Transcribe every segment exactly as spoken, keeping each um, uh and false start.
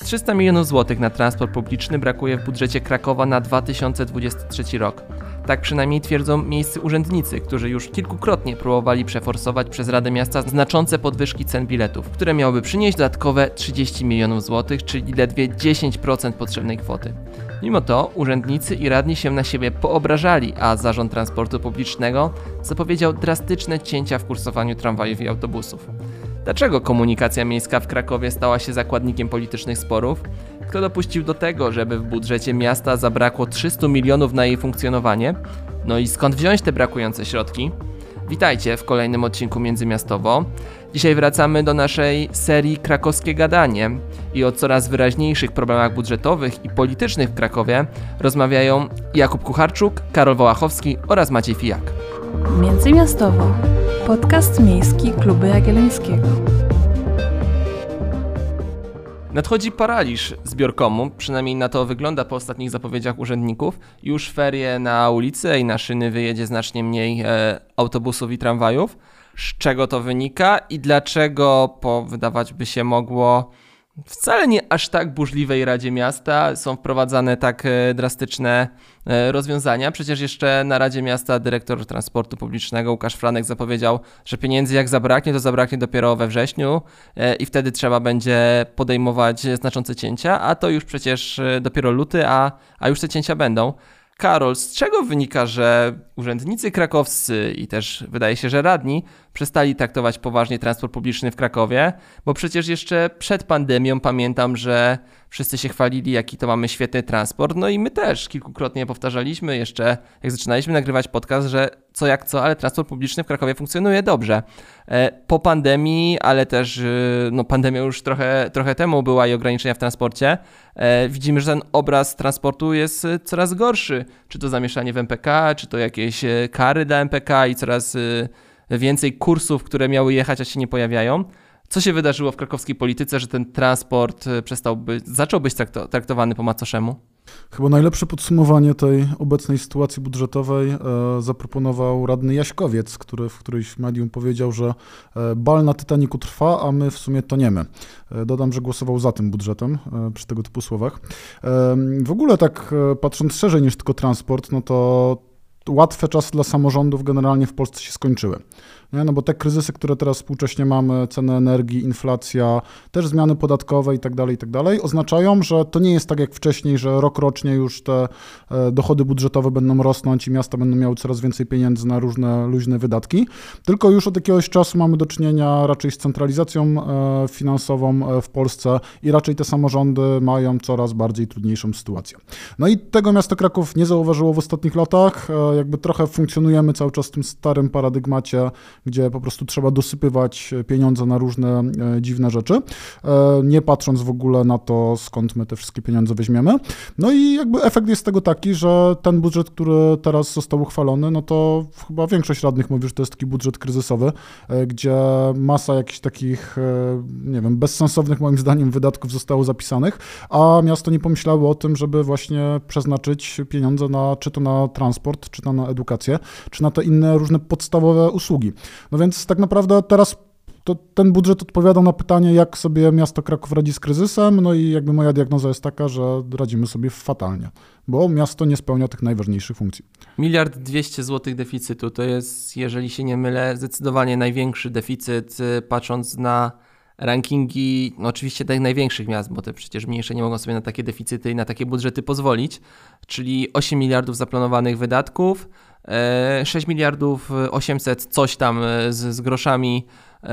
trzysta milionów złotych na transport publiczny brakuje w budżecie Krakowa na dwa tysiące dwudziesty trzeci rok. Tak przynajmniej twierdzą miejscy urzędnicy, którzy już kilkukrotnie próbowali przeforsować przez Radę Miasta znaczące podwyżki cen biletów, które miałyby przynieść dodatkowe trzydzieści milionów złotych, czyli ledwie dziesięć procent potrzebnej kwoty. Mimo to urzędnicy i radni się na siebie poobrażali, a Zarząd Transportu Publicznego zapowiedział drastyczne cięcia w kursowaniu tramwajów i autobusów. Dlaczego komunikacja miejska w Krakowie stała się zakładnikiem politycznych sporów? Kto dopuścił do tego, żeby w budżecie miasta zabrakło trzysta milionów na jej funkcjonowanie? No i skąd wziąć te brakujące środki? Witajcie w kolejnym odcinku Międzymiastowo. Dzisiaj wracamy do naszej serii Krakowskie Gadanie i o coraz wyraźniejszych problemach budżetowych i politycznych w Krakowie rozmawiają Jakub Kucharczuk, Karol Wołachowski oraz Maciej Fijak. Międzymiastowo. Podcast miejski Klubu Jagiellońskiego. Nadchodzi paraliż zbiorkomu, przynajmniej na to wygląda po ostatnich zapowiedziach urzędników. Już ferie na ulicy i na szyny wyjedzie znacznie mniej e, autobusów i tramwajów. Z czego to wynika i dlaczego po wydawać by się mogło wcale nie aż tak burzliwej Radzie Miasta są wprowadzane tak drastyczne rozwiązania. Przecież jeszcze na Radzie Miasta dyrektor transportu publicznego Łukasz Franek zapowiedział, że pieniędzy jak zabraknie, to zabraknie dopiero we wrześniu i wtedy trzeba będzie podejmować znaczące cięcia, a to już przecież dopiero luty, a, a już te cięcia będą. Karol, z czego wynika, że urzędnicy krakowscy i też wydaje się, że radni przestali traktować poważnie transport publiczny w Krakowie? Bo przecież jeszcze przed pandemią pamiętam, że wszyscy się chwalili, jaki to mamy świetny transport. No i my też kilkukrotnie powtarzaliśmy jeszcze, jak zaczynaliśmy nagrywać podcast, że co jak co, ale transport publiczny w Krakowie funkcjonuje dobrze. Po pandemii, ale też no pandemia już trochę, trochę temu była i ograniczenia w transporcie, widzimy, że ten obraz transportu jest coraz gorszy. Czy to zamieszanie w M P K, czy to jakieś kary dla M P K i coraz więcej kursów, które miały jechać, a się nie pojawiają. Co się wydarzyło w krakowskiej polityce, że ten transport przestał być, zaczął być trakto, traktowany po macoszemu? Chyba najlepsze podsumowanie tej obecnej sytuacji budżetowej e, zaproponował radny Jaśkowiec, który w którymś medium powiedział, że e, bal na Titanicu trwa, a my w sumie toniemy. E, dodam, że głosował za tym budżetem e, przy tego typu słowach. E, w ogóle tak e, patrząc szerzej niż tylko transport, no to łatwe czasy dla samorządów generalnie w Polsce się skończyły. Nie? No bo te kryzysy, które teraz współcześnie mamy, ceny energii, inflacja, też zmiany podatkowe i tak dalej, i tak dalej, oznaczają, że to nie jest tak jak wcześniej, że rok rocznie już te dochody budżetowe będą rosnąć i miasta będą miały coraz więcej pieniędzy na różne luźne wydatki, tylko już od jakiegoś czasu mamy do czynienia raczej z centralizacją finansową w Polsce i raczej te samorządy mają coraz bardziej trudniejszą sytuację. No i tego miasto Kraków nie zauważyło w ostatnich latach, jakby trochę funkcjonujemy cały czas w tym starym paradygmacie, gdzie po prostu trzeba dosypywać pieniądze na różne e, dziwne rzeczy, e, nie patrząc w ogóle na to, skąd my te wszystkie pieniądze weźmiemy. No i jakby efekt jest tego taki, że ten budżet, który teraz został uchwalony, no to chyba większość radnych mówi, że to jest taki budżet kryzysowy, e, gdzie masa jakichś takich, e, nie wiem, bezsensownych moim zdaniem wydatków zostało zapisanych, a miasto nie pomyślało o tym, żeby właśnie przeznaczyć pieniądze na, czy to na transport, czy to na edukację, czy na te inne różne podstawowe usługi. No więc tak naprawdę teraz to ten budżet odpowiada na pytanie, jak sobie miasto Kraków radzi z kryzysem, no i jakby moja diagnoza jest taka, że radzimy sobie fatalnie, bo miasto nie spełnia tych najważniejszych funkcji. Miliard dwieście złotych deficytu to jest, jeżeli się nie mylę, zdecydowanie największy deficyt, patrząc na rankingi, no oczywiście tych największych miast, bo te przecież mniejsze nie mogą sobie na takie deficyty i na takie budżety pozwolić, czyli osiem miliardów zaplanowanych wydatków, sześć miliardów osiemset coś tam z, z groszami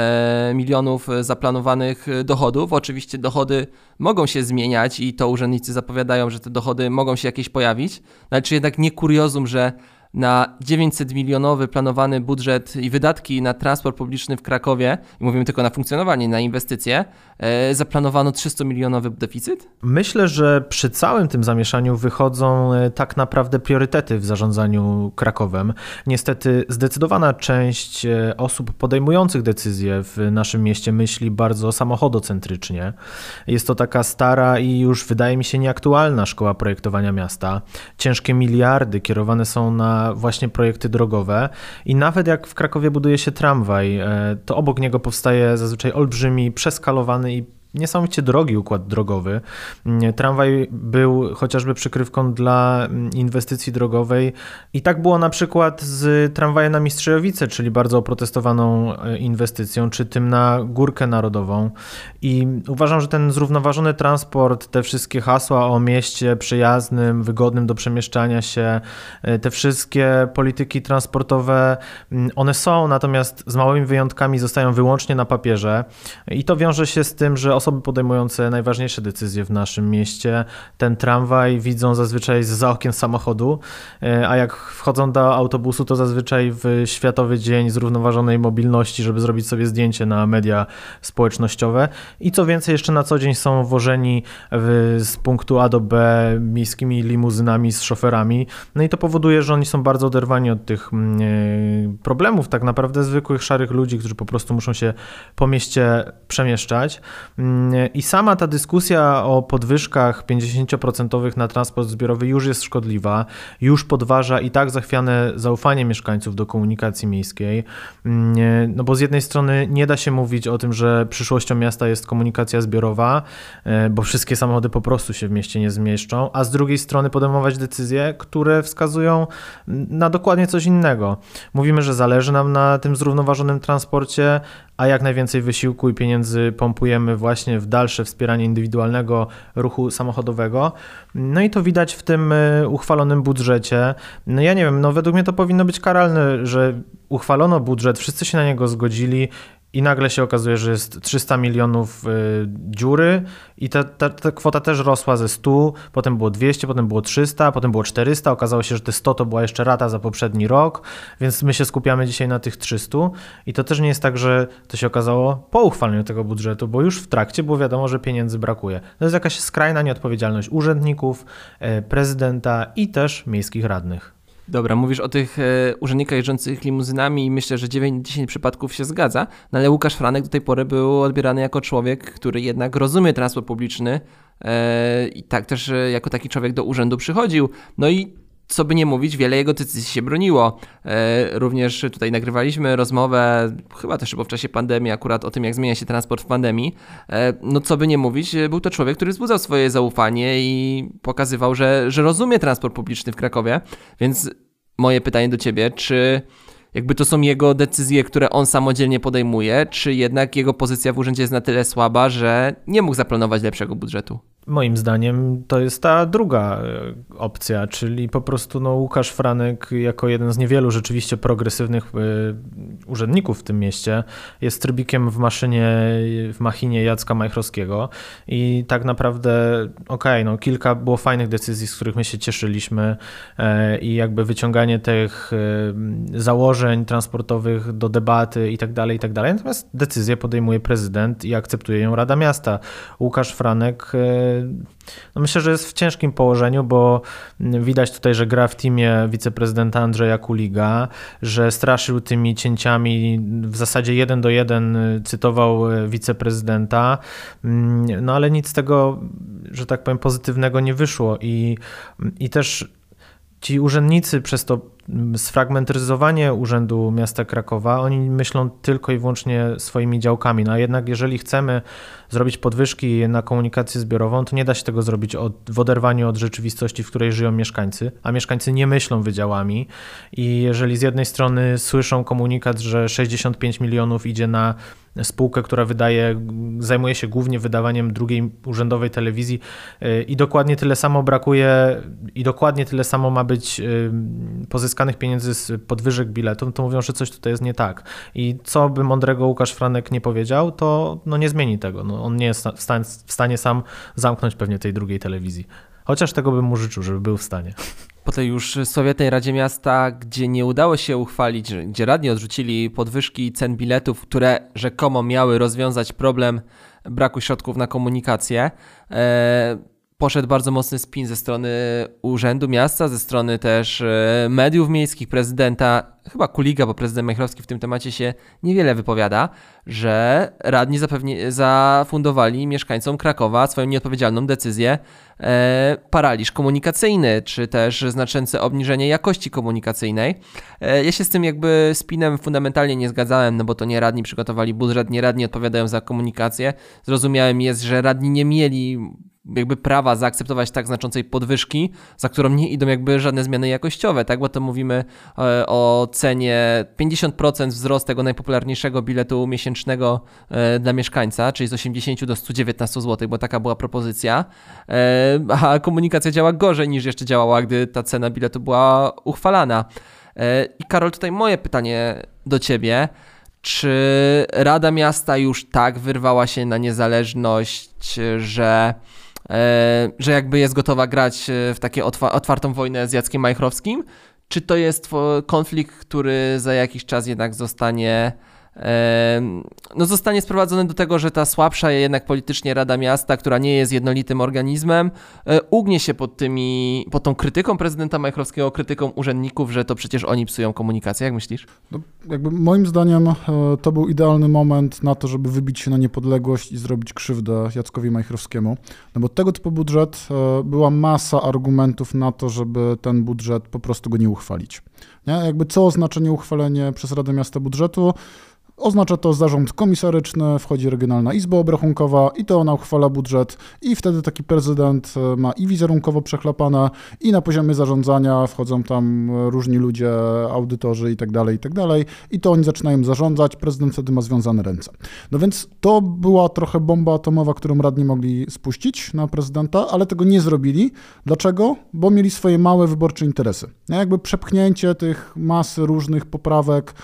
e, milionów zaplanowanych dochodów. Oczywiście dochody mogą się zmieniać i to urzędnicy zapowiadają, że te dochody mogą się jakieś pojawić, no ale czy jednak nie kuriozum, że na dziewięćset milionowy planowany budżet i wydatki na transport publiczny w Krakowie, i mówimy tylko na funkcjonowanie, na inwestycje, e, zaplanowano trzysta milionowy deficyt? Myślę, że przy całym tym zamieszaniu wychodzą tak naprawdę priorytety w zarządzaniu Krakowem. Niestety zdecydowana część osób podejmujących decyzje w naszym mieście myśli bardzo samochodocentrycznie. Jest to taka stara i już wydaje mi się nieaktualna szkoła projektowania miasta. Ciężkie miliardy kierowane są na właśnie projekty drogowe i nawet jak w Krakowie buduje się tramwaj, to obok niego powstaje zazwyczaj olbrzymi, przeskalowany i niesamowicie drogi układ drogowy. Tramwaj był chociażby przykrywką dla inwestycji drogowej i tak było na przykład z tramwajem na Mistrzejowice, czyli bardzo oprotestowaną inwestycją, czy tym na Górkę Narodową. I uważam, że ten zrównoważony transport, te wszystkie hasła o mieście przyjaznym, wygodnym do przemieszczania się, te wszystkie polityki transportowe, one są, natomiast z małymi wyjątkami zostają wyłącznie na papierze i to wiąże się z tym, że osoby podejmujące najważniejsze decyzje w naszym mieście ten tramwaj widzą zazwyczaj zza okien samochodu, a jak wchodzą do autobusu, to zazwyczaj w Światowy Dzień Zrównoważonej Mobilności, żeby zrobić sobie zdjęcie na media społecznościowe i co więcej jeszcze na co dzień są wożeni w, z punktu A do B miejskimi limuzynami z szoferami, no i to powoduje, że oni są bardzo oderwani od tych yy, problemów tak naprawdę zwykłych, szarych ludzi, którzy po prostu muszą się po mieście przemieszczać. I sama ta dyskusja o podwyżkach pięćdziesiąt procent na transport zbiorowy już jest szkodliwa, już podważa i tak zachwiane zaufanie mieszkańców do komunikacji miejskiej, no bo z jednej strony nie da się mówić o tym, że przyszłością miasta jest komunikacja zbiorowa, bo wszystkie samochody po prostu się w mieście nie zmieszczą, a z drugiej strony podejmować decyzje, które wskazują na dokładnie coś innego. Mówimy, że zależy nam na tym zrównoważonym transporcie, a jak najwięcej wysiłku i pieniędzy pompujemy właśnie w dalsze wspieranie indywidualnego ruchu samochodowego. No i to widać w tym uchwalonym budżecie. No ja nie wiem, no według mnie to powinno być karalne, że uchwalono budżet, wszyscy się na niego zgodzili i nagle się okazuje, że jest trzysta milionów y, dziury i ta, ta, ta kwota też rosła ze stu, potem było dwieście, potem było trzysta, potem było czterysta, okazało się, że te sto to była jeszcze rata za poprzedni rok, więc my się skupiamy dzisiaj na tych trzystu i to też nie jest tak, że to się okazało po uchwaleniu tego budżetu, bo już w trakcie było wiadomo, że pieniędzy brakuje. To jest jakaś skrajna nieodpowiedzialność urzędników, y, prezydenta i też miejskich radnych. Dobra, mówisz o tych e, urzędnikach jeżdżących limuzynami i myślę, że dziewięć dziesięć przypadków się zgadza, no ale Łukasz Franek do tej pory był odbierany jako człowiek, który jednak rozumie transport publiczny e, i tak też e, jako taki człowiek do urzędu przychodził. No i co by nie mówić, wiele jego decyzji się broniło. E, również tutaj nagrywaliśmy rozmowę, chyba też chyba w czasie pandemii, akurat o tym, jak zmienia się transport w pandemii. E, no co by nie mówić, był to człowiek, który wzbudzał swoje zaufanie i pokazywał, że, że rozumie transport publiczny w Krakowie. Więc moje pytanie do ciebie, czy jakby to są jego decyzje, które on samodzielnie podejmuje, czy jednak jego pozycja w urzędzie jest na tyle słaba, że nie mógł zaplanować lepszego budżetu? Moim zdaniem to jest ta druga opcja, czyli po prostu no, Łukasz Franek jako jeden z niewielu rzeczywiście progresywnych y, urzędników w tym mieście jest trybikiem w maszynie, w machinie Jacka Majchrowskiego i tak naprawdę okej, okay, no kilka było fajnych decyzji, z których my się cieszyliśmy y, i jakby wyciąganie tych y, założeń transportowych do debaty i tak dalej, i tak dalej, natomiast decyzję podejmuje prezydent i akceptuje ją Rada Miasta. Łukasz Franek y, no myślę, że jest w ciężkim położeniu, bo widać tutaj, że gra w teamie wiceprezydenta Andrzeja Kuliga, że straszył tymi cięciami, w zasadzie jeden do jeden cytował wiceprezydenta, no ale nic z tego, że tak powiem, pozytywnego nie wyszło i, i też ci urzędnicy przez to sfragmentaryzowanie Urzędu Miasta Krakowa, oni myślą tylko i wyłącznie swoimi działkami, no a jednak jeżeli chcemy zrobić podwyżki na komunikację zbiorową, to nie da się tego zrobić od, w oderwaniu od rzeczywistości, w której żyją mieszkańcy, a mieszkańcy nie myślą wydziałami i jeżeli z jednej strony słyszą komunikat, że sześćdziesiąt pięć milionów idzie na spółkę, która wydaje, zajmuje się głównie wydawaniem drugiej urzędowej telewizji i dokładnie tyle samo brakuje i dokładnie tyle samo ma być pozyskanych pieniędzy z podwyżek biletów, to mówią, że coś tutaj jest nie tak. I co by mądrego Łukasz Franek nie powiedział, to no nie zmieni tego. No, on nie jest w stanie, w stanie sam zamknąć pewnie tej drugiej telewizji. Chociaż tego bym mu życzył, żeby był w stanie. Po tej już Sowietnej Radzie Miasta, gdzie nie udało się uchwalić, gdzie radni odrzucili podwyżki cen biletów, które rzekomo miały rozwiązać problem braku środków na komunikację, e, poszedł bardzo mocny spin ze strony Urzędu Miasta, ze strony też mediów miejskich, prezydenta, chyba Kuliga, bo prezydent Majchrowski w tym temacie się niewiele wypowiada, że radni zapewnie zafundowali mieszkańcom Krakowa swoją nieodpowiedzialną decyzję, e, paraliż komunikacyjny, czy też znaczące obniżenie jakości komunikacyjnej. E, ja się z tym jakby spinem fundamentalnie nie zgadzałem, no bo to nie radni przygotowali budżet, nie radni odpowiadają za komunikację. Zrozumiałem jest, że radni nie mieli jakby prawa zaakceptować tak znaczącej podwyżki, za którą nie idą jakby żadne zmiany jakościowe, tak, bo to mówimy e, o cenie pięćdziesiąt procent wzrost tego najpopularniejszego biletu miesięcznego e, dla mieszkańca, czyli z osiemdziesiąt do stu dziewiętnastu złotych, bo taka była propozycja, e, a komunikacja działa gorzej niż jeszcze działała, gdy ta cena biletu była uchwalana. E, I Karol, tutaj moje pytanie do ciebie. Czy Rada Miasta już tak wyrwała się na niezależność, że, e, że jakby jest gotowa grać w takie otwa- otwartą wojnę z Jackiem Majchrowskim? Czy to jest konflikt, który za jakiś czas jednak zostanie, e, no zostanie sprowadzony do tego, że ta słabsza jednak politycznie Rada Miasta, która nie jest jednolitym organizmem, e, ugnie się pod tymi, pod tą krytyką prezydenta Majchrowskiego, krytyką urzędników, że to przecież oni psują komunikację? Jak myślisz? No, jakby moim zdaniem e, to był idealny moment na to, żeby wybić się na niepodległość i zrobić krzywdę Jackowi Majchrowskiemu. No bo tego typu budżet, e, była masa argumentów na to, żeby ten budżet po prostu go nie uchwalić. Nie? Jakby co oznacza nieuchwalenie przez Radę Miasta budżetu? Oznacza to zarząd komisaryczny, wchodzi Regionalna Izba Obrachunkowa i to ona uchwala budżet i wtedy taki prezydent ma i wizerunkowo przechlapane i na poziomie zarządzania wchodzą tam różni ludzie, audytorzy i tak dalej, i tak dalej i to oni zaczynają zarządzać, prezydent wtedy ma związane ręce. No więc to była trochę bomba atomowa, którą radni mogli spuścić na prezydenta, ale tego nie zrobili. Dlaczego? Bo mieli swoje małe wyborcze interesy. Jakby przepchnięcie tych masy różnych poprawek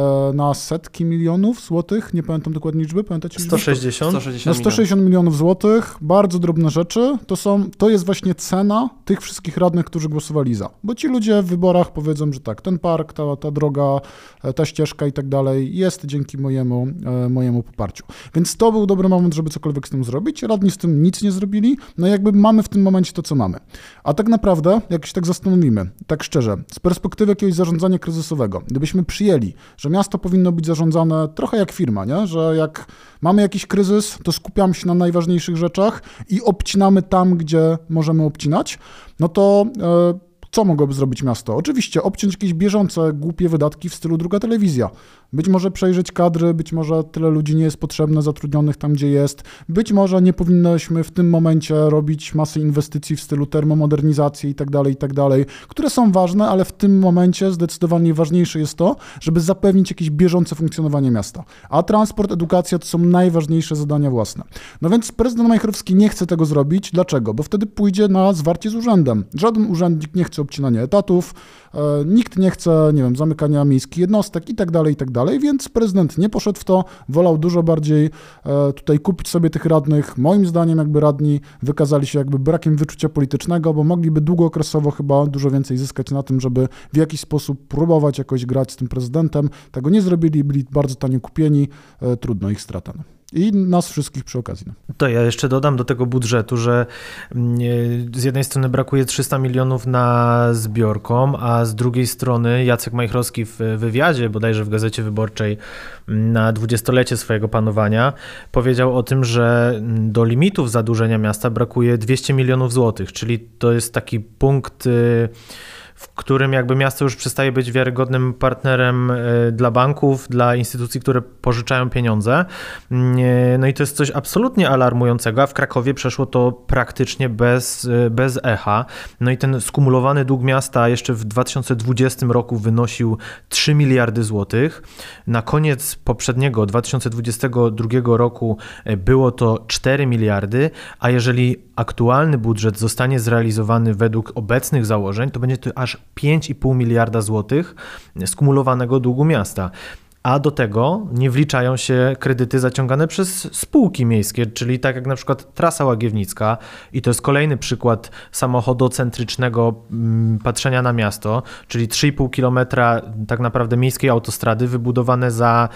na setki milionów złotych, nie pamiętam dokładnie liczby, pamiętacie? sto sześćdziesiąt? Na sto sześćdziesiąt milionów złotych, bardzo drobne rzeczy, to są, to jest właśnie cena tych wszystkich radnych, którzy głosowali za. Bo ci ludzie w wyborach powiedzą, że tak, ten park, ta, ta droga, ta ścieżka i tak dalej jest dzięki mojemu, mojemu poparciu. Więc to był dobry moment, żeby cokolwiek z tym zrobić. Radni z tym nic nie zrobili, no jakby mamy w tym momencie to, co mamy. A tak naprawdę, jak się tak zastanowimy, tak szczerze, z perspektywy jakiegoś zarządzania kryzysowego, gdybyśmy przyjęli, że miasto powinno być zarządzane trochę jak firma, nie? Że jak mamy jakiś kryzys, to skupiamy się na najważniejszych rzeczach i obcinamy tam, gdzie możemy obcinać, no to e, co mogłoby zrobić miasto? Oczywiście obciąć jakieś bieżące, głupie wydatki w stylu druga telewizja. Być może przejrzeć kadry, być może tyle ludzi nie jest potrzebne, zatrudnionych tam, gdzie jest. Być może nie powinnośmy w tym momencie robić masy inwestycji w stylu termomodernizacji i tak dalej, i tak dalej, które są ważne, ale w tym momencie zdecydowanie ważniejsze jest to, żeby zapewnić jakieś bieżące funkcjonowanie miasta. A transport, edukacja to są najważniejsze zadania własne. No więc prezydent Majchrowski nie chce tego zrobić. Dlaczego? Bo wtedy pójdzie na zwarcie z urzędem. Żaden urzędnik nie chce obcinania etatów, e, nikt nie chce, nie wiem, zamykania miejskich jednostek i tak dalej, i tak dalej, więc prezydent nie poszedł w to, wolał dużo bardziej e, tutaj kupić sobie tych radnych. Moim zdaniem jakby radni wykazali się jakby brakiem wyczucia politycznego, bo mogliby długookresowo chyba dużo więcej zyskać na tym, żeby w jakiś sposób próbować jakoś grać z tym prezydentem. Tego nie zrobili, byli bardzo tanio kupieni, e, trudno ich strata. I nas wszystkich przy okazji. To ja jeszcze dodam do tego budżetu, że z jednej strony brakuje trzysta milionów na zbiorkom, a z drugiej strony Jacek Majchrowski w wywiadzie, bodajże w Gazecie Wyborczej na dwudziestolecie swojego panowania, powiedział o tym, że do limitów zadłużenia miasta brakuje dwieście milionów złotych, czyli to jest taki punkt, w którym jakby miasto już przestaje być wiarygodnym partnerem dla banków, dla instytucji, które pożyczają pieniądze. No i to jest coś absolutnie alarmującego, a w Krakowie przeszło to praktycznie bez, bez echa. No i ten skumulowany dług miasta jeszcze w dwa tysiące dwudziestym roku wynosił trzy miliardy złotych. Na koniec poprzedniego, dwa tysiące dwudziestego drugiego roku było to cztery miliardy, a jeżeli aktualny budżet zostanie zrealizowany według obecnych założeń, to będzie to aż pięć i pół miliarda złotych skumulowanego długu miasta. A do tego nie wliczają się kredyty zaciągane przez spółki miejskie, czyli tak jak na przykład Trasa Łagiewnicka i to jest kolejny przykład samochodocentrycznego patrzenia na miasto, czyli trzy i pół kilometra tak naprawdę miejskiej autostrady wybudowane za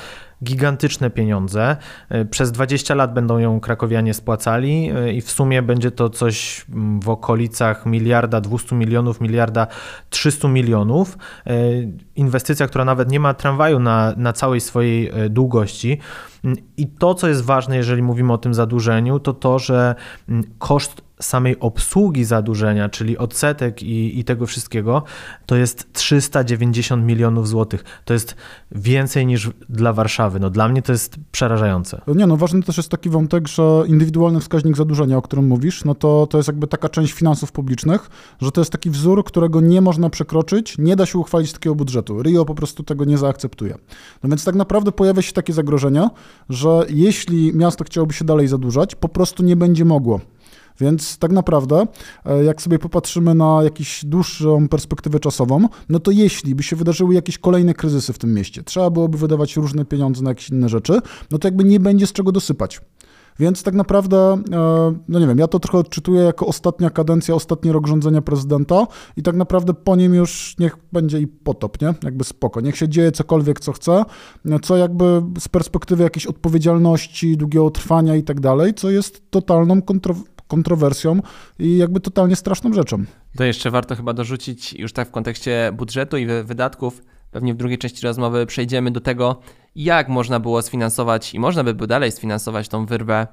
gigantyczne pieniądze. Przez dwadzieścia lat będą ją krakowianie spłacali i w sumie będzie to coś w okolicach miliarda dwieście milionów, miliarda trzysta milionów. Inwestycja, która nawet nie ma tramwaju na, na całej swojej długości. I to, co jest ważne, jeżeli mówimy o tym zadłużeniu, to to, że koszt samej obsługi zadłużenia, czyli odsetek i, i tego wszystkiego, to jest trzysta dziewięćdziesiąt milionów złotych. To jest więcej niż dla Warszawy. No, dla mnie to jest przerażające. Nie, no ważny też jest taki wątek, że indywidualny wskaźnik zadłużenia, o którym mówisz, no to, to jest jakby taka część finansów publicznych, że to jest taki wzór, którego nie można przekroczyć, nie da się uchwalić takiego budżetu. Rio po prostu tego nie zaakceptuje. No więc tak naprawdę pojawia się takie zagrożenie, że jeśli miasto chciałoby się dalej zadłużać, po prostu nie będzie mogło. Więc tak naprawdę, jak sobie popatrzymy na jakąś dłuższą perspektywę czasową, no to jeśli by się wydarzyły jakieś kolejne kryzysy w tym mieście, trzeba byłoby wydawać różne pieniądze na jakieś inne rzeczy, no to jakby nie będzie z czego dosypać. Więc tak naprawdę, no nie wiem, ja to trochę odczytuję jako ostatnia kadencja, ostatni rok rządzenia prezydenta i tak naprawdę po nim już niech będzie i potop, nie? Jakby spoko. Niech się dzieje cokolwiek, co chce, co jakby z perspektywy jakiejś odpowiedzialności, długiego trwania i tak dalej, co jest totalną kontro- kontrowersją i jakby totalnie straszną rzeczą. To jeszcze warto chyba dorzucić już tak w kontekście budżetu i wydatków, pewnie w drugiej części rozmowy przejdziemy do tego, jak można było sfinansować i można by było dalej sfinansować tą wyrwę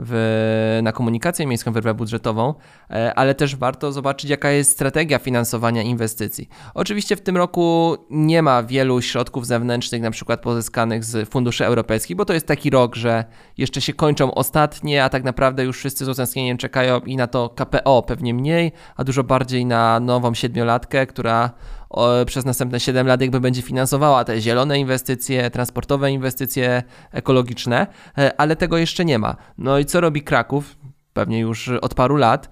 w, na komunikację miejską, wyrwę budżetową, ale też warto zobaczyć, jaka jest strategia finansowania inwestycji. Oczywiście w tym roku nie ma wielu środków zewnętrznych, na przykład pozyskanych z funduszy europejskich, bo to jest taki rok, że jeszcze się kończą ostatnie, a tak naprawdę już wszyscy z utęsknieniem czekają i na to K P O pewnie mniej, a dużo bardziej na nową siedmiolatkę, która o, przez następne siedem lat jakby będzie finansowała te zielone inwestycje, transportowe inwestycje ekologiczne, ale tego jeszcze nie ma. No i co robi Kraków? Pewnie już od paru lat.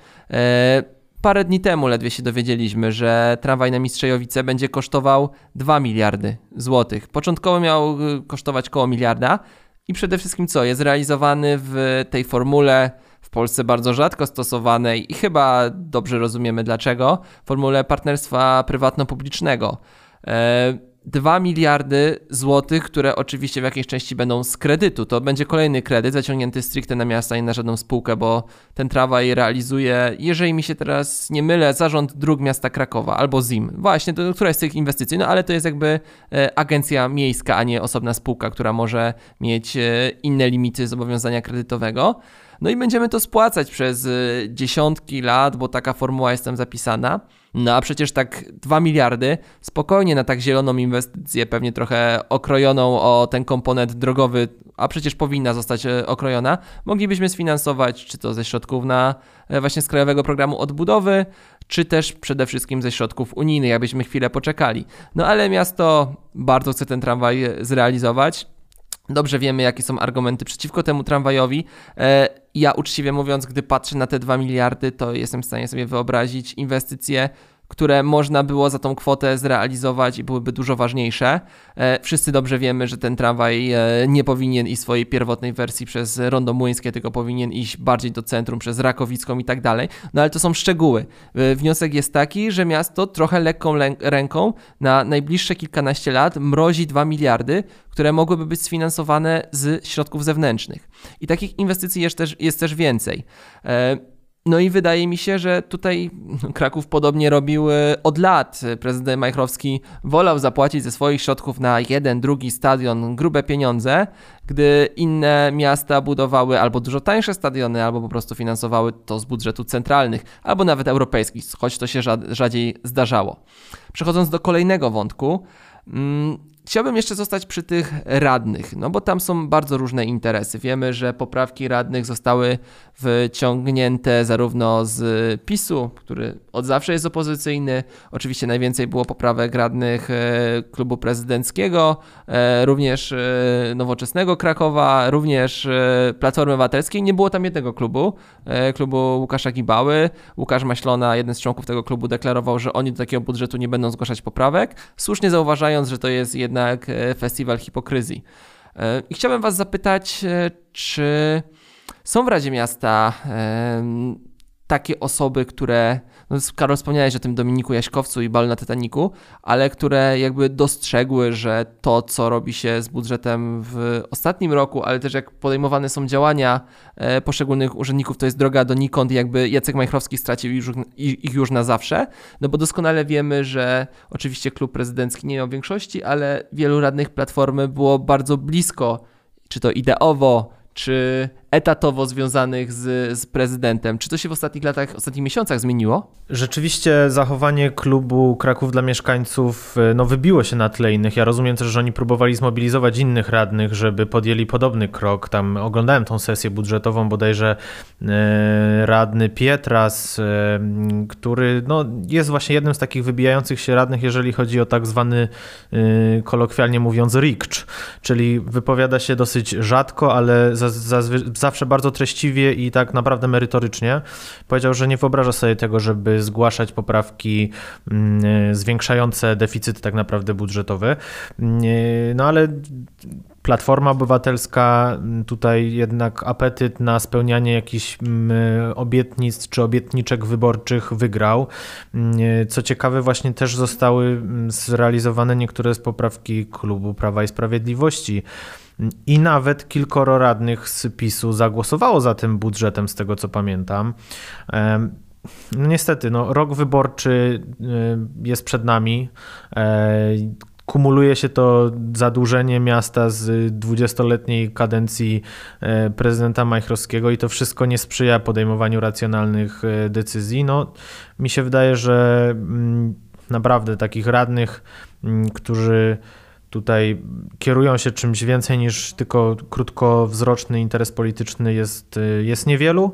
Parę dni temu ledwie się dowiedzieliśmy, że tramwaj na Mistrzejowice będzie kosztował dwa miliardy złotych. Początkowo miał kosztować koło miliarda i przede wszystkim co? Jest realizowany w tej formule w Polsce bardzo rzadko stosowanej i chyba dobrze rozumiemy dlaczego, formule partnerstwa prywatno-publicznego. dwa miliardy złotych, które oczywiście w jakiejś części będą z kredytu. To będzie kolejny kredyt zaciągnięty stricte na miasta i na żadną spółkę, bo ten tramwaj realizuje, jeżeli mi się teraz nie mylę, Zarząd Dróg Miasta Krakowa albo Z I M. Właśnie, to któraś z tych inwestycji, no ale to jest jakby e, agencja miejska, a nie osobna spółka, która może mieć e, inne limity zobowiązania kredytowego. No i będziemy to spłacać przez dziesiątki lat, bo taka formuła jest tam zapisana. No a przecież tak dwa miliardy spokojnie na tak zieloną inwestycję, pewnie trochę okrojoną o ten komponent drogowy, a przecież powinna zostać okrojona, moglibyśmy sfinansować czy to ze środków na właśnie z Krajowego Programu Odbudowy, czy też przede wszystkim ze środków unijnych, jakbyśmy chwilę poczekali. No ale miasto bardzo chce ten tramwaj zrealizować. Dobrze wiemy, jakie są argumenty przeciwko temu tramwajowi. Ja uczciwie mówiąc, gdy patrzę na te dwa miliardy, to jestem w stanie sobie wyobrazić inwestycje, które można było za tą kwotę zrealizować i byłyby dużo ważniejsze. Wszyscy dobrze wiemy, że ten tramwaj nie powinien iść w swojej pierwotnej wersji przez Rondo Młyńskie, tylko powinien iść bardziej do centrum, przez Rakowicką i tak dalej. No ale to są szczegóły. Wniosek jest taki, że miasto trochę lekką ręką na najbliższe kilkanaście lat mrozi dwa miliardy, które mogłyby być sfinansowane z środków zewnętrznych. I takich inwestycji jest też, jest też więcej. No i wydaje mi się, że tutaj Kraków podobnie robił od lat. Prezydent Majchrowski wolał zapłacić ze swoich środków na jeden, drugi stadion grube pieniądze, gdy inne miasta budowały albo dużo tańsze stadiony, albo po prostu finansowały to z budżetów centralnych, albo nawet europejskich, choć to się rzadziej zdarzało. Przechodząc do kolejnego wątku, mm, chciałbym jeszcze zostać przy tych radnych, no bo tam są bardzo różne interesy. Wiemy, że poprawki radnych zostały wyciągnięte zarówno z PiSu, który od zawsze jest opozycyjny. Oczywiście najwięcej było poprawek radnych klubu prezydenckiego, również Nowoczesnego Krakowa, również Platformy Obywatelskiej. Nie było tam jednego klubu, klubu Łukasza Gibały. Łukasz Maślona, jeden z członków tego klubu, deklarował, że oni do takiego budżetu nie będą zgłaszać poprawek, słusznie zauważając, że to jest jednak festiwal hipokryzji. I chciałbym was zapytać, czy są w Radzie Miasta takie osoby, które, no Karol, wspomniałeś o tym Dominiku Jaśkowcu i balu na Titanicu, ale które jakby dostrzegły, że to, co robi się z budżetem w ostatnim roku, ale też jak podejmowane są działania e, poszczególnych urzędników, to jest droga donikąd i jakby Jacek Majchrowski stracił już, ich już na zawsze, no bo doskonale wiemy, że oczywiście klub prezydencki nie miał większości, ale wielu radnych Platformy było bardzo blisko, czy to ideowo, czy etatowo związanych z, z prezydentem. Czy to się w ostatnich latach, ostatnich miesiącach zmieniło? Rzeczywiście zachowanie klubu Kraków dla mieszkańców no, wybiło się na tle innych. Ja rozumiem też, że oni próbowali zmobilizować innych radnych, żeby podjęli podobny krok. Tam oglądałem tą sesję budżetową, bodajże e, radny Pietras, e, który no, jest właśnie jednym z takich wybijających się radnych, jeżeli chodzi o tak zwany, e, kolokwialnie mówiąc, rikcz, czyli wypowiada się dosyć rzadko, ale zazwy- zawsze bardzo treściwie i tak naprawdę merytorycznie. Powiedział, że nie wyobraża sobie tego, żeby zgłaszać poprawki zwiększające deficyt tak naprawdę budżetowy. No ale Platforma Obywatelska tutaj jednak apetyt na spełnianie jakichś obietnic czy obietniczek wyborczych wygrał. Co ciekawe, właśnie też zostały zrealizowane niektóre z poprawki klubu Prawa i Sprawiedliwości. I nawet kilkoro radnych z PiSu zagłosowało za tym budżetem, z tego co pamiętam. No niestety, no, rok wyborczy jest przed nami. Kumuluje się to zadłużenie miasta z dwudziestoletniej kadencji prezydenta Majchrowskiego i to wszystko nie sprzyja podejmowaniu racjonalnych decyzji. No, mi się wydaje, że naprawdę takich radnych, którzy tutaj kierują się czymś więcej niż tylko krótkowzroczny interes polityczny jest, jest niewielu.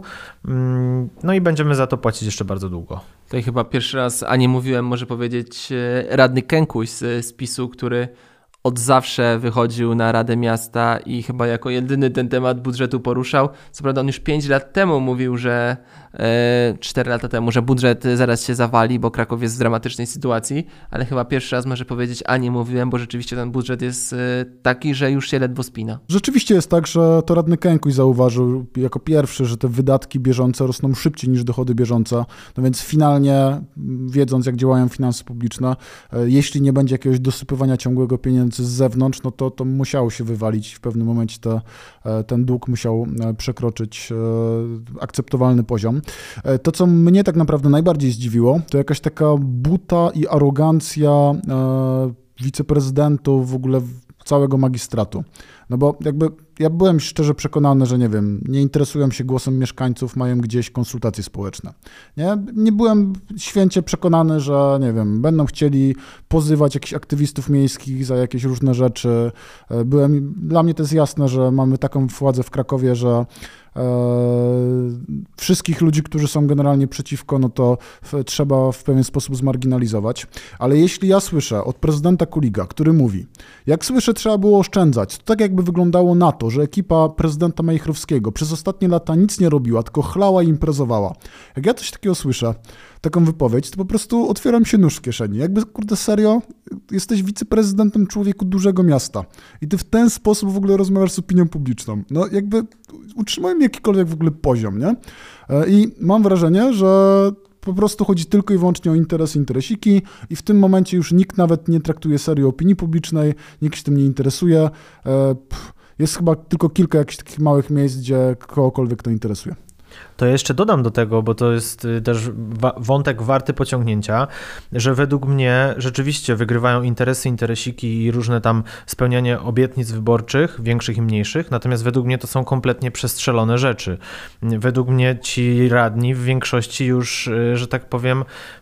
No i będziemy za to płacić jeszcze bardzo długo. Tutaj chyba pierwszy raz, a nie mówiłem, może powiedzieć radny Kękuś z, z PiSu, który od zawsze wychodził na Radę Miasta i chyba jako jedyny ten temat budżetu poruszał. Co prawda on już pięć lat temu mówił, że cztery lata temu, że budżet zaraz się zawali, bo Kraków jest w dramatycznej sytuacji, ale chyba pierwszy raz może powiedzieć, a nie mówiłem, bo rzeczywiście ten budżet jest taki, że już się ledwo spina. Rzeczywiście jest tak, że to radny Kękuś zauważył jako pierwszy, że te wydatki bieżące rosną szybciej niż dochody bieżące, no więc finalnie, wiedząc jak działają finanse publiczne, jeśli nie będzie jakiegoś dosypywania ciągłego pieniędzy z zewnątrz, no to, to musiało się wywalić w pewnym momencie, te, ten dług musiał przekroczyć akceptowalny poziom. To, co mnie tak naprawdę najbardziej zdziwiło, to jakaś taka buta i arogancja e, wiceprezydentów, w ogóle całego magistratu. No bo jakby ja byłem szczerze przekonany, że nie wiem, nie interesują się głosem mieszkańców, mają gdzieś konsultacje społeczne. Nie, nie byłem święcie przekonany, że nie wiem, będą chcieli pozywać jakichś aktywistów miejskich za jakieś różne rzeczy. Byłem, dla mnie to jest jasne, że mamy taką władzę w Krakowie, że e, wszystkich ludzi, którzy są generalnie przeciwko, no to w, trzeba w pewien sposób zmarginalizować. Ale jeśli ja słyszę od prezydenta Kuliga, który mówi, jak słyszę, trzeba było oszczędzać, to tak jakby wyglądało na to, że ekipa prezydenta Majchrowskiego przez ostatnie lata nic nie robiła, tylko chlała i imprezowała. Jak ja coś takiego słyszę, taką wypowiedź, to po prostu otwieram się nóż w kieszeni. Jakby, kurde, serio, jesteś wiceprezydentem człowieku dużego miasta i ty w ten sposób w ogóle rozmawiasz z opinią publiczną. No jakby utrzymaj jakikolwiek w ogóle poziom, nie? I mam wrażenie, że po prostu chodzi tylko i wyłącznie o interesy, interesiki i w tym momencie już nikt nawet nie traktuje serio opinii publicznej, nikt się tym nie interesuje. Jest chyba tylko kilka jakichś takich małych miejsc, gdzie kogokolwiek to interesuje. To ja jeszcze dodam do tego, bo to jest też wa- wątek warty pociągnięcia, że według mnie rzeczywiście wygrywają interesy, interesiki i różne tam spełnianie obietnic wyborczych, większych i mniejszych, natomiast według mnie to są kompletnie przestrzelone rzeczy. Według mnie ci radni w większości już, że tak powiem,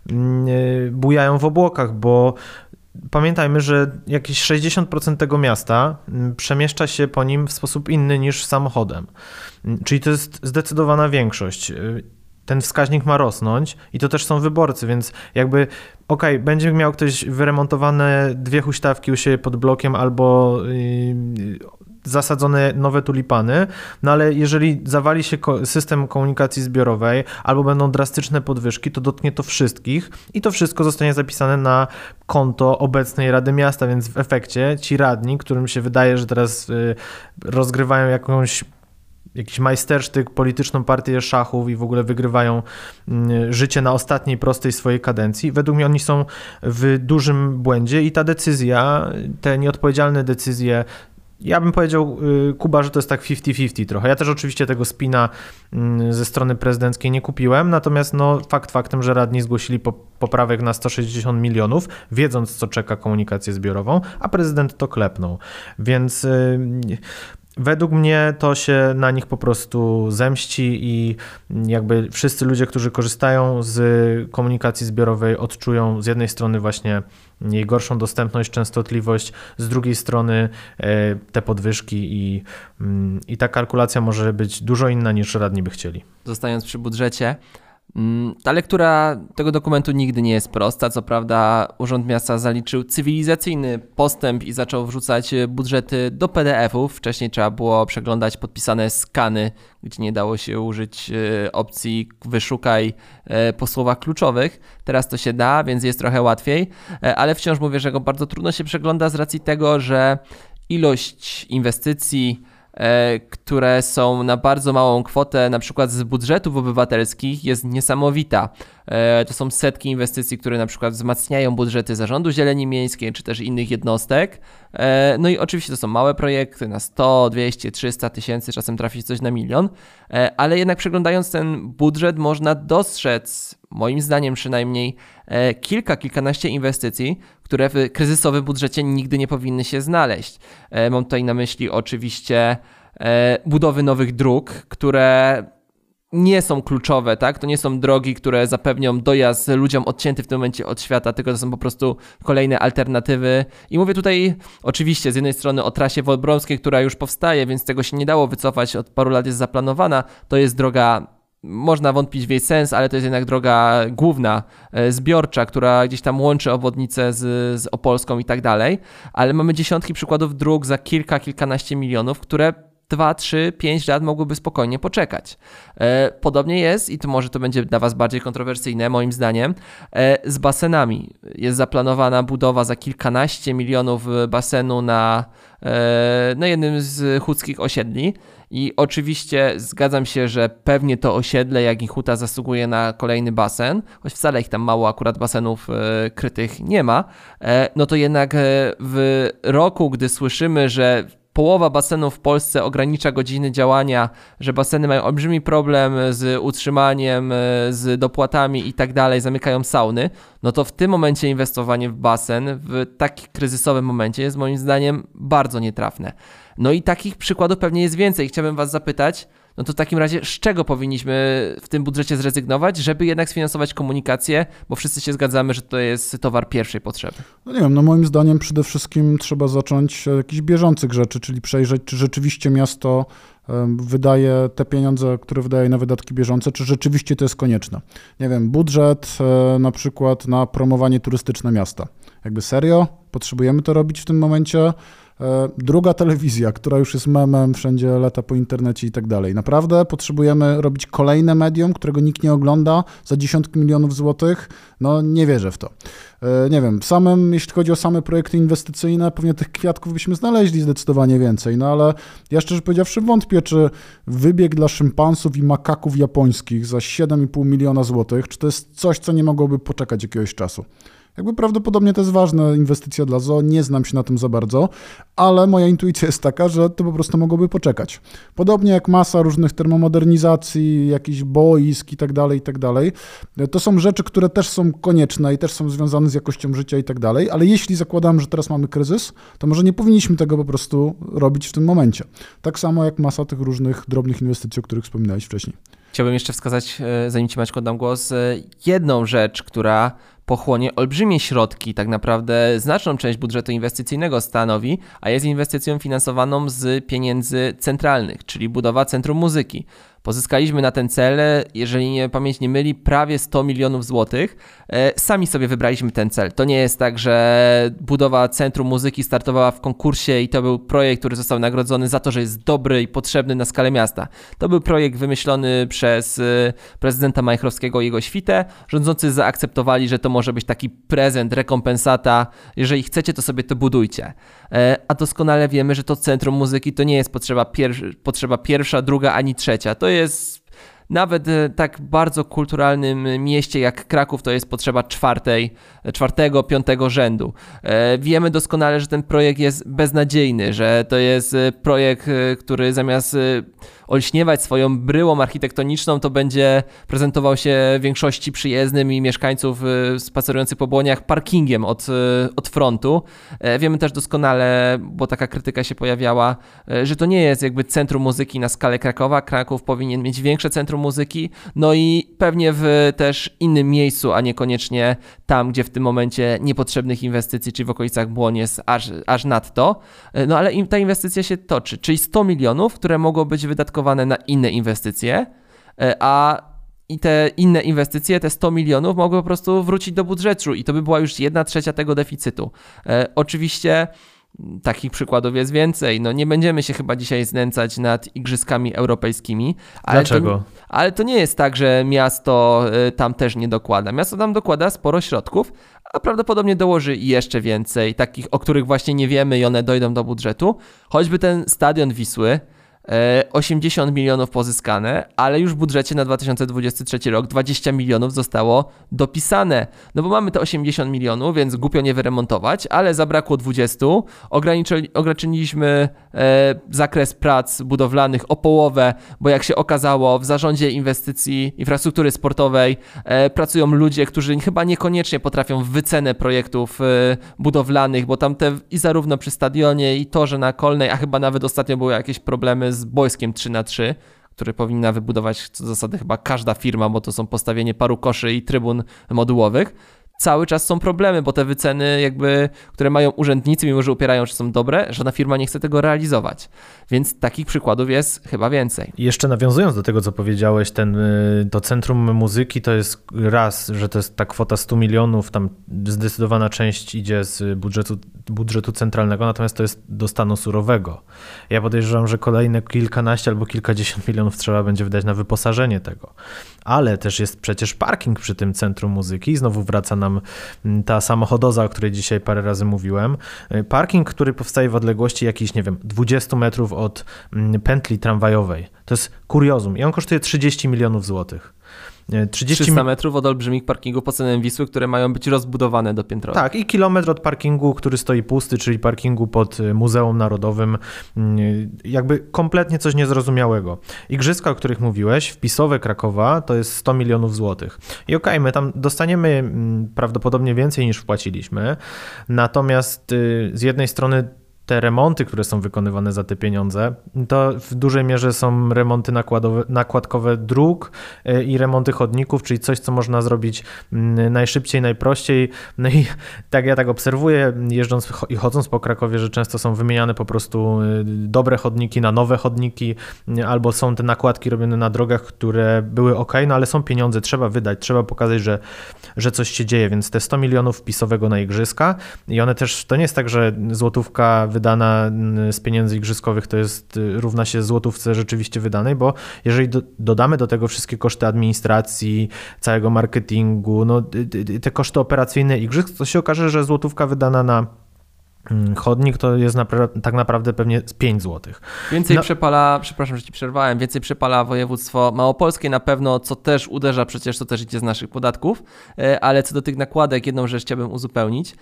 bujają w obłokach, bo pamiętajmy, że jakieś sześćdziesiąt procent tego miasta przemieszcza się po nim w sposób inny niż samochodem. Czyli to jest zdecydowana większość. Ten wskaźnik ma rosnąć i to też są wyborcy, więc jakby okej, okay, będzie miał ktoś wyremontowane dwie huśtawki u siebie pod blokiem albo yy, zasadzone nowe tulipany, no ale jeżeli zawali się system komunikacji zbiorowej albo będą drastyczne podwyżki, to dotknie to wszystkich i to wszystko zostanie zapisane na konto obecnej Rady Miasta, więc w efekcie ci radni, którym się wydaje, że teraz rozgrywają jakąś jakiś majstersztyk, polityczną partię szachów i w ogóle wygrywają życie na ostatniej prostej swojej kadencji. Według mnie oni są w dużym błędzie i ta decyzja, te nieodpowiedzialne decyzje, ja bym powiedział, Kuba, że to jest tak pięćdziesiąt pięćdziesiąt trochę. Ja też oczywiście tego spina ze strony prezydenckiej nie kupiłem, natomiast no, fakt faktem, że radni zgłosili poprawek na sto sześćdziesiąt milionów, wiedząc, co czeka komunikację zbiorową, a prezydent to klepnął. Więc według mnie to się na nich po prostu zemści i jakby wszyscy ludzie, którzy korzystają z komunikacji zbiorowej, odczują z jednej strony właśnie jej gorszą dostępność, częstotliwość, z drugiej strony te podwyżki i, i ta kalkulacja może być dużo inna niż radni by chcieli. Zostając przy budżecie, ta lektura tego dokumentu nigdy nie jest prosta. Co prawda Urząd Miasta zaliczył cywilizacyjny postęp i zaczął wrzucać budżety do P D F-ów. Wcześniej trzeba było przeglądać podpisane skany, gdzie nie dało się użyć opcji wyszukaj po słowach kluczowych. Teraz to się da, więc jest trochę łatwiej, ale wciąż mówię, że go bardzo trudno się przegląda z racji tego, że ilość inwestycji, które są na bardzo małą kwotę, na przykład z budżetów obywatelskich, jest niesamowita. To są setki inwestycji, które na przykład wzmacniają budżety Zarządu Zieleni Miejskiej czy też innych jednostek. No i oczywiście to są małe projekty na sto, dwieście, trzysta tysięcy, czasem trafi coś na milion, ale jednak przeglądając ten budżet można dostrzec, moim zdaniem przynajmniej, kilka, kilkanaście inwestycji, które w kryzysowym budżecie nigdy nie powinny się znaleźć. Mam tutaj na myśli oczywiście budowy nowych dróg, które nie są kluczowe, tak? To nie są drogi, które zapewnią dojazd ludziom odcięty w tym momencie od świata, tylko to są po prostu kolejne alternatywy. I mówię tutaj oczywiście z jednej strony o trasie Wolbromskiej, która już powstaje, więc tego się nie dało wycofać, od paru lat jest zaplanowana. To jest droga, można wątpić w jej sens, ale to jest jednak droga główna, zbiorcza, która gdzieś tam łączy obwodnicę z, z Opolską i tak dalej. Ale mamy dziesiątki przykładów dróg za kilka, kilkanaście milionów, które dwa, trzy, pięć lat mogłyby spokojnie poczekać. Podobnie jest, i to może to będzie dla Was bardziej kontrowersyjne moim zdaniem, z basenami. Jest zaplanowana budowa za kilkanaście milionów basenu na, na jednym z łódzkich osiedli i oczywiście zgadzam się, że pewnie to osiedle, jak i huta, zasługuje na kolejny basen, choć wcale ich tam mało akurat basenów krytych nie ma, no to jednak w roku, gdy słyszymy, że połowa basenów w Polsce ogranicza godziny działania, że baseny mają olbrzymi problem z utrzymaniem, z dopłatami i tak dalej, zamykają sauny, no to w tym momencie inwestowanie w basen w tak kryzysowym momencie jest moim zdaniem bardzo nietrafne. No i takich przykładów pewnie jest więcej. Chciałbym Was zapytać, no to w takim razie z czego powinniśmy w tym budżecie zrezygnować, żeby jednak sfinansować komunikację, bo wszyscy się zgadzamy, że to jest towar pierwszej potrzeby. No nie wiem, no moim zdaniem przede wszystkim trzeba zacząć od jakichś bieżących rzeczy, czyli przejrzeć, czy rzeczywiście miasto wydaje te pieniądze, które wydaje na wydatki bieżące, czy rzeczywiście to jest konieczne. Nie wiem, budżet na przykład na promowanie turystyczne miasta. Jakby serio? Potrzebujemy to robić w tym momencie? Druga telewizja, która już jest memem, wszędzie lata po internecie i tak dalej. Naprawdę potrzebujemy robić kolejne medium, którego nikt nie ogląda za dziesiątki milionów złotych? No nie wierzę w to. Nie wiem, samym, jeśli chodzi o same projekty inwestycyjne, pewnie tych kwiatków byśmy znaleźli zdecydowanie więcej, no ale ja szczerze powiedziawszy wątpię, czy wybieg dla szympansów i makaków japońskich za siedem i pół miliona złotych, czy to jest coś, co nie mogłoby poczekać jakiegoś czasu. Jakby prawdopodobnie to jest ważna inwestycja dla zoo, nie znam się na tym za bardzo, ale moja intuicja jest taka, że to po prostu mogłoby poczekać. Podobnie jak masa różnych termomodernizacji, jakichś boisk i tak dalej, i tak dalej. To są rzeczy, które też są konieczne i też są związane z jakością życia i tak dalej, ale jeśli zakładamy, że teraz mamy kryzys, to może nie powinniśmy tego po prostu robić w tym momencie. Tak samo jak masa tych różnych drobnych inwestycji, o których wspominałeś wcześniej. Chciałbym jeszcze wskazać, zanim Ci Maćku oddam głos, jedną rzecz, która pochłonie olbrzymie środki, tak naprawdę znaczną część budżetu inwestycyjnego stanowi, a jest inwestycją finansowaną z pieniędzy centralnych, czyli budowa Centrum Muzyki. Pozyskaliśmy na ten cel, jeżeli nie pamięć nie myli, prawie sto milionów złotych. Sami sobie wybraliśmy ten cel. To nie jest tak, że budowa Centrum Muzyki startowała w konkursie i to był projekt, który został nagrodzony za to, że jest dobry i potrzebny na skalę miasta. To był projekt wymyślony przez prezydenta Majchrowskiego i jego świtę. Rządzący zaakceptowali, że to może być taki prezent, rekompensata. Jeżeli chcecie, to sobie to budujcie. A doskonale wiemy, że to Centrum Muzyki to nie jest potrzeba, pier- potrzeba pierwsza, druga ani trzecia. To jest nawet tak bardzo kulturalnym mieście jak Kraków to jest potrzeba czwartej, czwartego, piątego rzędu. Wiemy doskonale, że ten projekt jest beznadziejny, że to jest projekt, który zamiast olśniewać swoją bryłą architektoniczną, to będzie prezentował się większości przyjezdnym i mieszkańców spacerujących po Błoniach parkingiem od, od frontu. Wiemy też doskonale, bo taka krytyka się pojawiała, że to nie jest jakby centrum muzyki na skalę Krakowa. Kraków powinien mieć większe centrum muzyki, no i pewnie w też innym miejscu, a niekoniecznie tam, gdzie w tym momencie niepotrzebnych inwestycji, czyli w okolicach Błoń jest aż, aż nadto. No ale im ta inwestycja się toczy, czyli sto milionów, które mogą być wydatkowane na inne inwestycje, a i te inne inwestycje, te sto milionów mogły po prostu wrócić do budżetu i to by była już jedna trzecia tego deficytu. E, oczywiście takich przykładów jest więcej. No nie będziemy się chyba dzisiaj znęcać nad igrzyskami europejskimi. Ale Dlaczego? To, ale to nie jest tak, że miasto tam też nie dokłada. Miasto tam dokłada sporo środków, a prawdopodobnie dołoży jeszcze więcej, takich, o których właśnie nie wiemy i one dojdą do budżetu. Choćby ten stadion Wisły, osiemdziesiąt milionów pozyskane, ale już w budżecie na dwa tysiące dwudziesty trzeci rok dwadzieścia milionów zostało dopisane. No bo mamy te osiemdziesiąt milionów, więc głupio nie wyremontować, ale zabrakło dwadzieścia. Ograniczyli, ograniczyliśmy e, zakres prac budowlanych o połowę, bo jak się okazało, w zarządzie inwestycji infrastruktury sportowej e, pracują ludzie, którzy chyba niekoniecznie potrafią wycenę projektów e, budowlanych, bo tam te i zarówno przy stadionie i torze na Kolnej, a chyba nawet ostatnio były jakieś problemy z boiskiem trzy na trzy, który powinna wybudować co do zasady chyba każda firma, bo to są postawienie paru koszy i trybun modułowych. Cały czas są problemy, bo te wyceny jakby, które mają urzędnicy, mimo że upierają, czy są dobre, żadna firma nie chce tego realizować. Więc takich przykładów jest chyba więcej. I jeszcze nawiązując do tego, co powiedziałeś, ten, to Centrum Muzyki to jest raz, że to jest ta kwota stu milionów, tam zdecydowana część idzie z budżetu, budżetu centralnego, natomiast to jest do stanu surowego. Ja podejrzewam, że kolejne kilkanaście albo kilkadziesiąt milionów trzeba będzie wydać na wyposażenie tego. Ale też jest przecież parking przy tym Centrum Muzyki i znowu wraca nam ta samochodoza, o której dzisiaj parę razy mówiłem. Parking, który powstaje w odległości jakichś, nie wiem, dwudziestu metrów od pętli tramwajowej. To jest kuriozum i on kosztuje trzydzieści milionów złotych. trzydzieści trzysta metrów od olbrzymich parkingów pod Senem Wisły, które mają być rozbudowane dopiętrowo. Tak, i kilometr od parkingu, który stoi pusty, czyli parkingu pod Muzeum Narodowym. Jakby kompletnie coś niezrozumiałego. Igrzyska, o których mówiłeś, wpisowe Krakowa, to jest sto milionów złotych. I okej, okay, my tam dostaniemy prawdopodobnie więcej niż wpłaciliśmy, natomiast z jednej strony te remonty, które są wykonywane za te pieniądze, to w dużej mierze są remonty nakładowe, nakładkowe dróg i remonty chodników, czyli coś, co można zrobić najszybciej, najprościej. No i tak ja tak obserwuję, jeżdżąc i chodząc po Krakowie, że często są wymieniane po prostu dobre chodniki na nowe chodniki, albo są te nakładki robione na drogach, które były ok, no ale są pieniądze, trzeba wydać, trzeba pokazać, że, że coś się dzieje, więc te sto milionów wpisowego na igrzyska i one też, to nie jest tak, że złotówka wydana z pieniędzy igrzyskowych to jest równa się złotówce rzeczywiście wydanej, bo jeżeli do, dodamy do tego wszystkie koszty administracji, całego marketingu, no te koszty operacyjne igrzysk, to się okaże, że złotówka wydana na chodnik to jest napra- tak naprawdę pewnie z pięć złotych. Więcej no. przepala, przepraszam, że ci przerwałem, więcej przepala województwo małopolskie na pewno, co też uderza, przecież to też idzie z naszych podatków, ale co do tych nakładek, jedną rzecz chciałbym uzupełnić.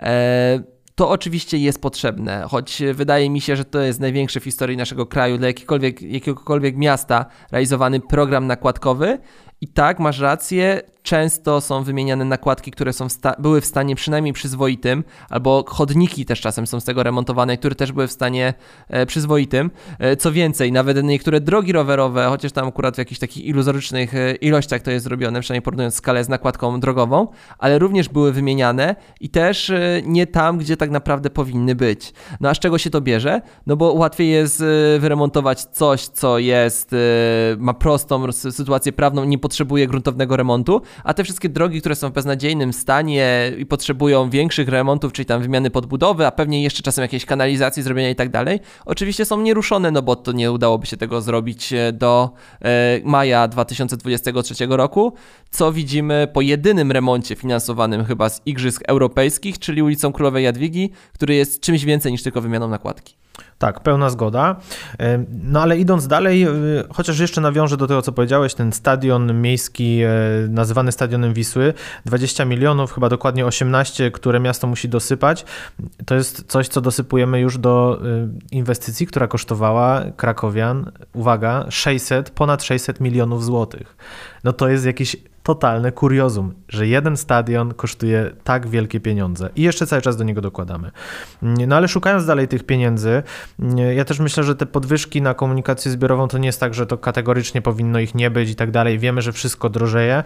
To oczywiście jest potrzebne, choć wydaje mi się, że to jest największy w historii naszego kraju dla jakiegokolwiek, jakiegokolwiek miasta realizowany program nakładkowy I tak, masz rację, często są wymieniane nakładki, które są w sta- były w stanie przynajmniej przyzwoitym, albo chodniki też czasem są z tego remontowane, które też były w stanie e, przyzwoitym. E, co więcej, nawet niektóre drogi rowerowe, chociaż tam akurat w jakichś takich iluzorycznych e, ilościach to jest zrobione, przynajmniej porównując skalę z nakładką drogową, ale również były wymieniane i też e, nie tam, gdzie tak naprawdę powinny być. No a z czego się to bierze? No bo łatwiej jest e, wyremontować coś, co jest, e, ma prostą sytuację prawną, nie potrzebuje gruntownego remontu, a te wszystkie drogi, które są w beznadziejnym stanie i potrzebują większych remontów, czyli tam wymiany podbudowy, a pewnie jeszcze czasem jakiejś kanalizacji zrobienia i tak dalej, oczywiście są nieruszone, no bo to nie udałoby się tego zrobić do e, maja dwa tysiące dwudziestego trzeciego roku, co widzimy po jedynym remoncie finansowanym chyba z Igrzysk Europejskich, czyli ulicą Królowej Jadwigi, który jest czymś więcej niż tylko wymianą nakładki. Tak, pełna zgoda. No ale idąc dalej, chociaż jeszcze nawiążę do tego, co powiedziałeś, ten stadion miejski nazywany Stadionem Wisły, dwadzieścia milionów, chyba dokładnie osiemnaście, które miasto musi dosypać, to jest coś, co dosypujemy już do inwestycji, która kosztowała krakowian, uwaga, sześćset, ponad sześćset milionów złotych. No to jest jakiś totalne kuriozum, że jeden stadion kosztuje tak wielkie pieniądze i jeszcze cały czas do niego dokładamy. No ale szukając dalej tych pieniędzy, ja też myślę, że te podwyżki na komunikację zbiorową to nie jest tak, że to kategorycznie powinno ich nie być i tak dalej. Wiemy, że wszystko drożeje,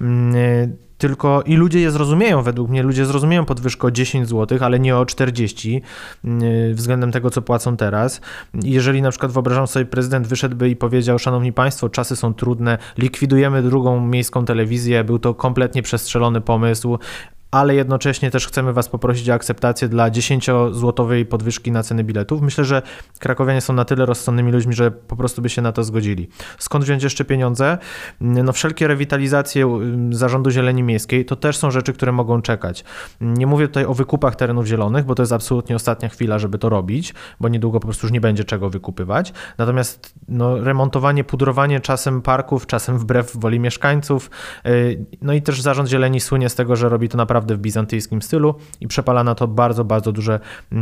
tylko i ludzie je zrozumieją, według mnie ludzie zrozumieją podwyżkę o dziesięć złotych, ale nie o czterdzieści względem tego, co płacą teraz. Jeżeli na przykład wyobrażam sobie, prezydent wyszedłby i powiedział: szanowni państwo, czasy są trudne, likwidujemy drugą miejską telewizję, był to kompletnie przestrzelony pomysł, ale jednocześnie też chcemy was poprosić o akceptację dla dziesięciozłotowej podwyżki na ceny biletów. Myślę, że krakowianie są na tyle rozsądnymi ludźmi, że po prostu by się na to zgodzili. Skąd wziąć jeszcze pieniądze? No wszelkie rewitalizacje Zarządu Zieleni Miejskiej to też są rzeczy, które mogą czekać. Nie mówię tutaj o wykupach terenów zielonych, bo to jest absolutnie ostatnia chwila, żeby to robić, bo niedługo po prostu już nie będzie czego wykupywać. Natomiast no, remontowanie, pudrowanie czasem parków, czasem wbrew woli mieszkańców, no i też Zarząd Zieleni słynie z tego, że robi to naprawdę w bizantyjskim stylu i przepala na to bardzo, bardzo duże, yy,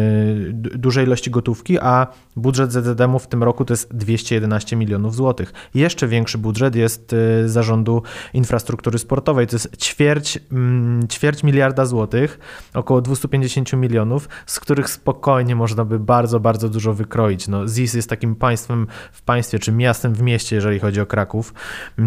duże ilości gotówki, a budżet Z Z M-u w tym roku to jest dwieście jedenaście milionów złotych. Jeszcze większy budżet jest yy, Zarządu Infrastruktury Sportowej, to jest ćwierć, yy, ćwierć miliarda złotych, około dwieście pięćdziesiąt milionów, z których spokojnie można by bardzo, bardzo dużo wykroić. No, Z I S jest takim państwem w państwie, czy miastem w mieście, jeżeli chodzi o Kraków. Yy,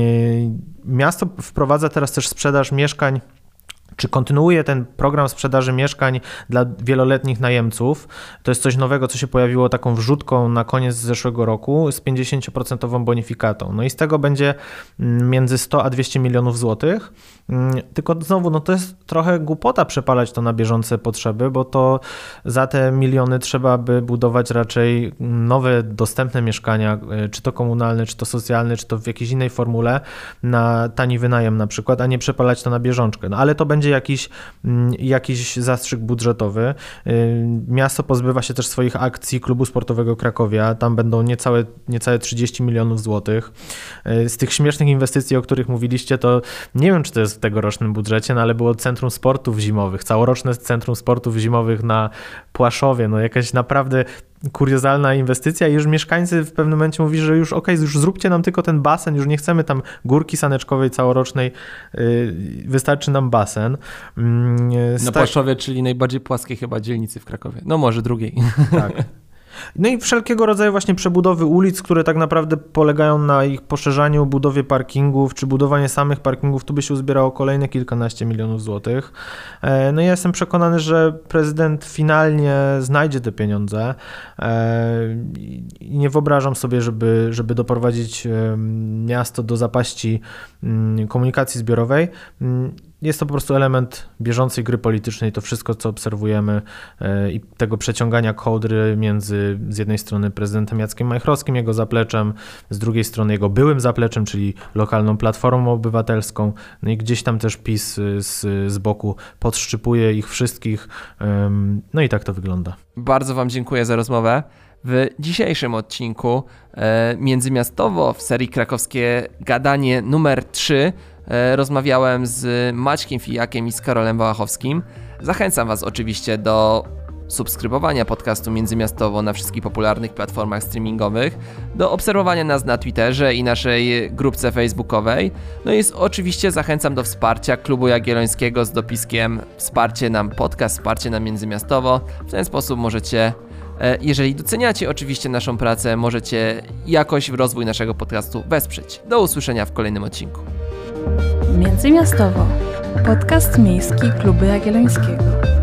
miasto wprowadza teraz też sprzedaż mieszkań, czy kontynuuje ten program sprzedaży mieszkań dla wieloletnich najemców. To jest coś nowego, co się pojawiło taką wrzutką na koniec zeszłego roku z pięćdziesięcioprocentową bonifikatą. No i z tego będzie między sto a dwieście milionów złotych. Tylko znowu, no to jest trochę głupota przepalać to na bieżące potrzeby, bo to za te miliony trzeba by budować raczej nowe, dostępne mieszkania, czy to komunalne, czy to socjalne, czy to w jakiejś innej formule na tani wynajem na przykład, a nie przepalać to na bieżączkę. No ale to będzie jakiś, jakiś zastrzyk budżetowy. Miasto pozbywa się też swoich akcji Klubu Sportowego Krakowia. Tam będą niecałe, niecałe trzydzieści milionów złotych. Z tych śmiesznych inwestycji, o których mówiliście, to nie wiem, czy to jest w tegorocznym budżecie, no ale było Centrum Sportów Zimowych, całoroczne Centrum Sportów Zimowych na Płaszowie. No jakaś naprawdę kuriozalna inwestycja i już mieszkańcy w pewnym momencie mówili, że już okej, okay, już zróbcie nam tylko ten basen, już nie chcemy tam górki saneczkowej całorocznej, yy, wystarczy nam basen. Yy, na Płaszowie, czyli najbardziej płaskiej chyba dzielnicy w Krakowie. No może drugiej. Tak. No i wszelkiego rodzaju właśnie przebudowy ulic, które tak naprawdę polegają na ich poszerzaniu, budowie parkingów, czy budowanie samych parkingów, tu by się uzbierało kolejne kilkanaście milionów złotych. No i ja jestem przekonany, że prezydent finalnie znajdzie te pieniądze i nie wyobrażam sobie, żeby, żeby doprowadzić miasto do zapaści komunikacji zbiorowej. Jest to po prostu element bieżącej gry politycznej, to wszystko, co obserwujemy i tego przeciągania kołdry między z jednej strony prezydentem Jackiem Majchrowskim, jego zapleczem, z drugiej strony jego byłym zapleczem, czyli lokalną Platformą Obywatelską, no i gdzieś tam też PiS z, z boku podszczypuje ich wszystkich, no i tak to wygląda. Bardzo wam dziękuję za rozmowę. W dzisiejszym odcinku e, Międzymiastowo w serii krakowskie gadanie numer trzy e, rozmawiałem z Maćkiem Fijakiem i z Karolem Wałachowskim. Zachęcam was oczywiście do subskrybowania podcastu Międzymiastowo na wszystkich popularnych platformach streamingowych, do obserwowania nas na Twitterze i naszej grupce facebookowej. No i oczywiście zachęcam do wsparcia Klubu Jagiellońskiego z dopiskiem wsparcie nam podcast, wsparcie nam Międzymiastowo. W ten sposób możecie, jeżeli doceniacie oczywiście naszą pracę, możecie jakoś w rozwój naszego podcastu wesprzeć. Do usłyszenia w kolejnym odcinku. Międzymiastowo. Podcast miejski Klubu Jagiellońskiego.